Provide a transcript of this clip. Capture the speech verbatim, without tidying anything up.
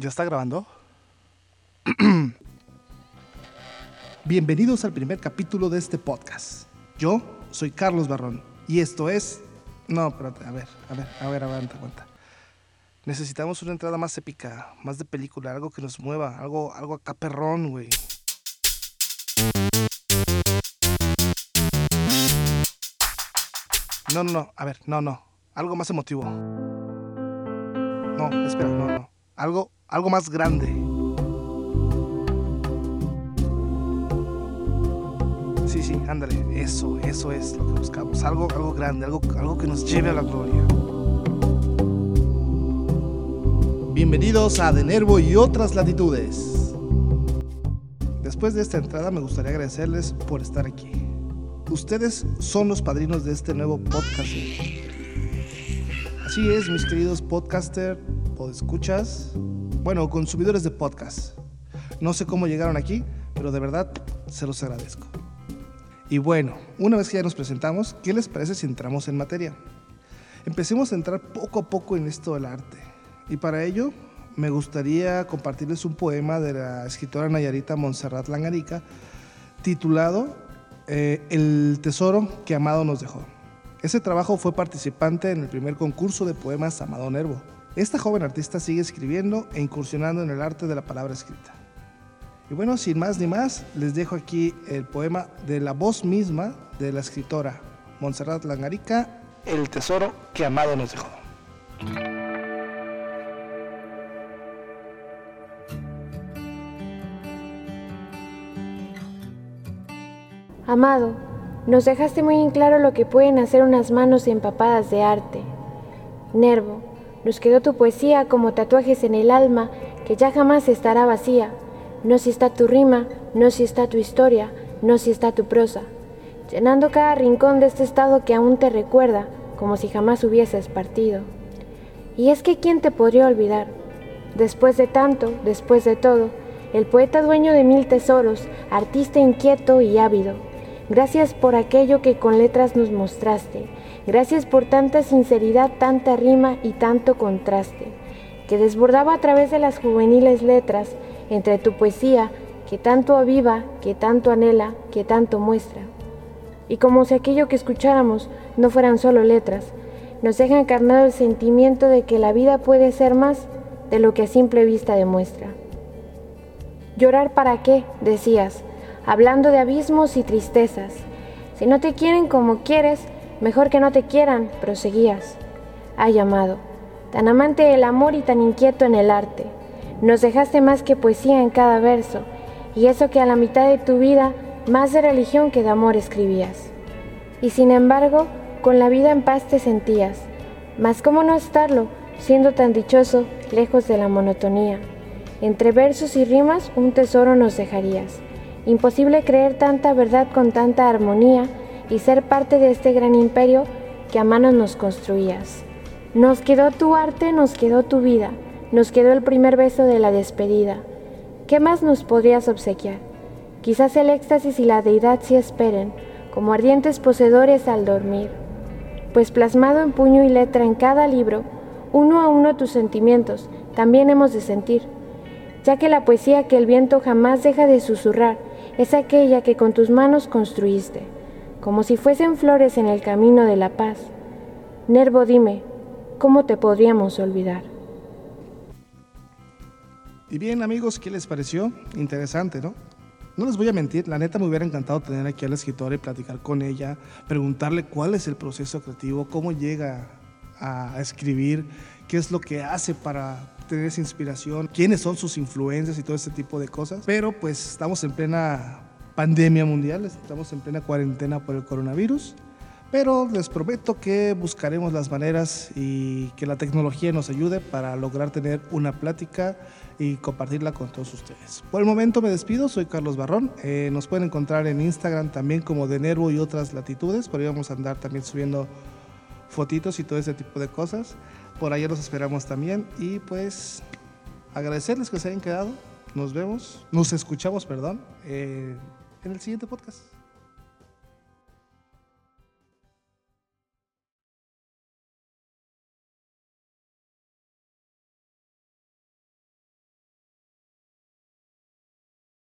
¿Ya está grabando? Bienvenidos al primer capítulo de este podcast. Yo soy Carlos Barrón y esto es... No, espérate, a ver, a ver, a ver, aguanta, aguanta. Necesitamos una entrada más épica, más de película, algo que nos mueva, algo, algo acá perrón, güey. No, no, no, a ver, no, no, algo más emotivo. No, espera, no, no, algo, algo más grande. Sí, sí, ándale, eso, eso es lo que buscamos, algo, algo grande, algo, algo que nos lleve a la gloria. Bienvenidos a De Nervo y otras latitudes. Después de esta entrada me gustaría agradecerles por estar aquí. Ustedes son los padrinos de este nuevo podcast. Así es, mis queridos podcaster, podescuchas, bueno, consumidores de podcast. No sé cómo llegaron aquí, pero de verdad se los agradezco. Y bueno, una vez que ya nos presentamos, ¿qué les parece si entramos en materia? Empecemos a entrar poco a poco en esto del arte. Y para ello, me gustaría compartirles un poema de la escritora Nayarita Montserrat Langarica, titulado eh, El tesoro que Amado nos dejó. Ese trabajo fue participante en el primer concurso de poemas Amado Nervo. Esta joven artista sigue escribiendo e incursionando en el arte de la palabra escrita. Y bueno, sin más ni más, les dejo aquí el poema de la voz misma de la escritora Montserrat Langarica, El tesoro que Amado nos dejó. Amado, nos dejaste muy en claro lo que pueden hacer unas manos empapadas de arte. Nervo, nos quedó tu poesía como tatuajes en el alma que ya jamás estará vacía. No si está tu rima, no si está tu historia, no si está tu prosa, llenando cada rincón de este estado que aún te recuerda, como si jamás hubieses partido. Y es que ¿quién te podría olvidar? Después de tanto, después de todo, el poeta dueño de mil tesoros, artista inquieto y ávido. Gracias por aquello que con letras nos mostraste, gracias por tanta sinceridad, tanta rima y tanto contraste, que desbordaba a través de las juveniles letras, entre tu poesía, que tanto aviva, que tanto anhela, que tanto muestra. Y como si aquello que escucháramos no fueran solo letras, nos deja encarnado el sentimiento de que la vida puede ser más de lo que a simple vista demuestra. ¿Llorar para qué?, decías, hablando de abismos y tristezas. Si no te quieren como quieres, mejor que no te quieran, proseguías. Ay, amado, tan amante del amor y tan inquieto en el arte, nos dejaste más que poesía en cada verso, y eso que a la mitad de tu vida más de religión que de amor escribías. Y sin embargo, con la vida en paz te sentías, mas cómo no estarlo, siendo tan dichoso, lejos de la monotonía. Entre versos y rimas un tesoro nos dejarías. Imposible creer tanta verdad con tanta armonía y ser parte de este gran imperio que a manos nos construías. Nos quedó tu arte, nos quedó tu vida. Nos quedó el primer beso de la despedida. ¿Qué más nos podrías obsequiar? Quizás el éxtasis y la deidad sí esperen, como ardientes poseedores al dormir. Pues plasmado en puño y letra en cada libro, uno a uno tus sentimientos también hemos de sentir, ya que la poesía que el viento jamás deja de susurrar es aquella que con tus manos construiste, como si fuesen flores en el camino de la paz. Nervo, dime, ¿cómo te podríamos olvidar? Y bien, amigos, ¿qué les pareció? Interesante, ¿no? No les voy a mentir, la neta me hubiera encantado tener aquí a la escritora y platicar con ella, preguntarle cuál es el proceso creativo, cómo llega a escribir, qué es lo que hace para tener esa inspiración, quiénes son sus influencias y todo ese tipo de cosas. Pero pues estamos en plena pandemia mundial, estamos en plena cuarentena por el coronavirus. Pero les prometo que buscaremos las maneras y que la tecnología nos ayude para lograr tener una plática y compartirla con todos ustedes. Por el momento me despido, soy Carlos Barrón. Eh, nos pueden encontrar en Instagram también como De Nervo y otras latitudes. Por ahí vamos a andar también subiendo fotitos y todo ese tipo de cosas. Por allá los esperamos también. Y pues agradecerles que se hayan quedado. Nos vemos, nos escuchamos, perdón, eh, en el siguiente podcast.